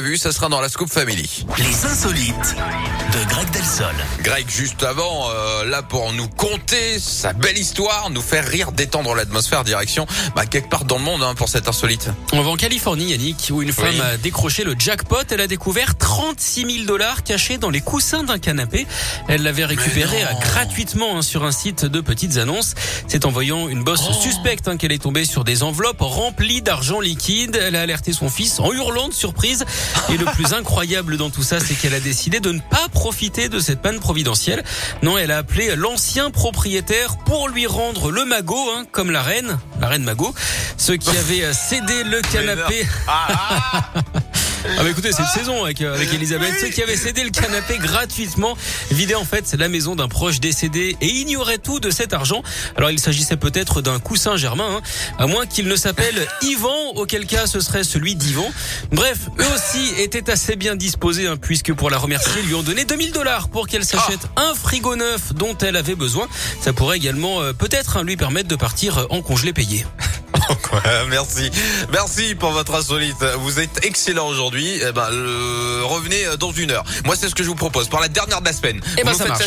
prévu, ça sera dans la Scoop Family. Les insolites de Greg Delsol. Greg, juste avant, là pour nous conter sa belle histoire, nous faire rire, détendre l'atmosphère, direction quelque part dans le monde pour cette insolite. On va en Californie, Yannick, où une femme a décroché le jackpot. Elle a découvert 36 000 $ cachés dans les coussins d'un canapé. Elle l'avait récupéré gratuitement sur un site de petites annonces. C'est en voyant une bosse suspecte qu'elle est tombée sur des enveloppes remplies d'argent liquide. Elle a alerté son fils en hurlant de surprise. Et le plus incroyable dans tout ça, c'est qu'elle a décidé de ne pas profiter de cette panne providentielle. Non, elle a appelé l'ancien propriétaire pour lui rendre le magot, comme la reine magot, ceux qui avaient cédé le canapé. Ah bah écoutez, c'est une saison avec Elisabeth. Ceux qui avaient cédé le canapé gratuitement vidaient en fait la maison d'un proche décédé et ignoraient tout de cet argent. Alors il s'agissait peut-être d'un coussin germain, à moins qu'il ne s'appelle Yvan, auquel cas ce serait celui d'Yvan. Bref, eux aussi étaient assez bien disposés, puisque pour la remercier, ils lui ont donné 2 000 $ pour qu'elle s'achète un frigo neuf dont elle avait besoin. Ça pourrait également peut-être lui permettre de partir en congelé payé. Merci pour votre insolite. Vous êtes excellent aujourd'hui. Revenez dans 1 heure. Moi, c'est ce que je vous propose pour la dernière de la semaine. Ça marche.